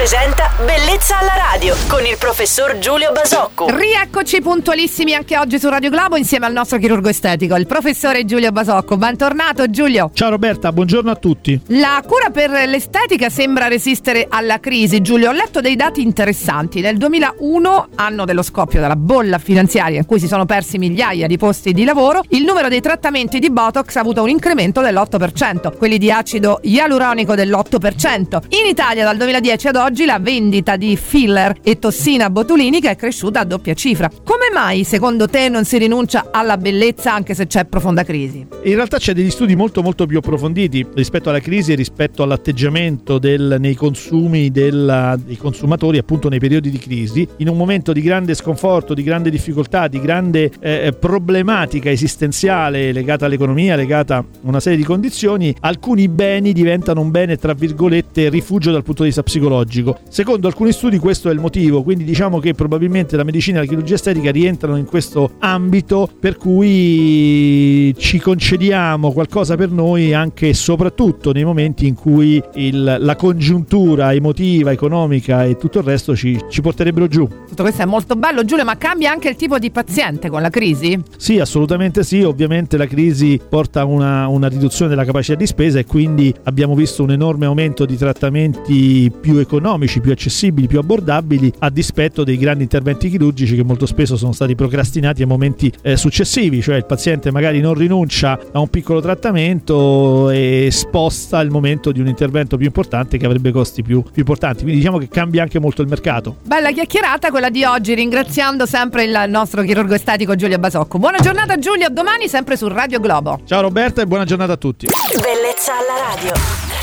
presenta Bellezza alla radio con il professor Giulio Basocco. Rieccoci puntualissimi anche oggi su Radio Globo insieme al nostro chirurgo estetico, il professore Giulio Basocco. Bentornato Giulio. Ciao Roberta, buongiorno a tutti. La cura per l'estetica sembra resistere alla crisi. Giulio, ho letto dei dati interessanti. Nel 2001, anno dello scoppio della bolla finanziaria in cui si sono persi migliaia di posti di lavoro, il numero dei trattamenti di Botox ha avuto un incremento dell'8%, quelli di acido ialuronico dell'8%. In Italia dal 2010 ad oggi la vendita di filler e tossina botulinica è cresciuta a doppia cifra. Come mai secondo te non si rinuncia alla bellezza anche se c'è profonda crisi? In realtà c'è degli studi molto più approfonditi rispetto alla crisi e rispetto all'atteggiamento nei consumi dei consumatori appunto nei periodi di crisi. In un momento di grande sconforto, di grande difficoltà, di grande problematica esistenziale legata all'economia, legata a una serie di condizioni, alcuni beni diventano un bene tra virgolette rifugio dal punto di vista psicologico. Secondo alcuni studi questo è il motivo, quindi diciamo che probabilmente la medicina e la chirurgia estetica rientrano in questo ambito, per cui ci concediamo qualcosa per noi anche e soprattutto nei momenti in cui la congiuntura emotiva, economica e tutto il resto ci porterebbero giù. Tutto questo è molto bello Giulio, ma cambia anche il tipo di paziente con la crisi? Sì, assolutamente sì. Ovviamente la crisi porta a una riduzione della capacità di spesa e quindi abbiamo visto un enorme aumento di trattamenti più economici, più accessibili, più abbordabili, a dispetto dei grandi interventi chirurgici che molto spesso sono stati procrastinati a momenti successivi, cioè il paziente magari non rinuncia a un piccolo trattamento e sposta il momento di un intervento più importante che avrebbe costi più importanti, quindi diciamo che cambia anche molto il mercato. Bella chiacchierata quella di oggi, ringraziando sempre il nostro chirurgo estetico Giulio Basocco. Buona giornata Giulio, domani sempre su Radio Globo. Ciao Roberta e buona giornata a tutti. Bellezza alla radio.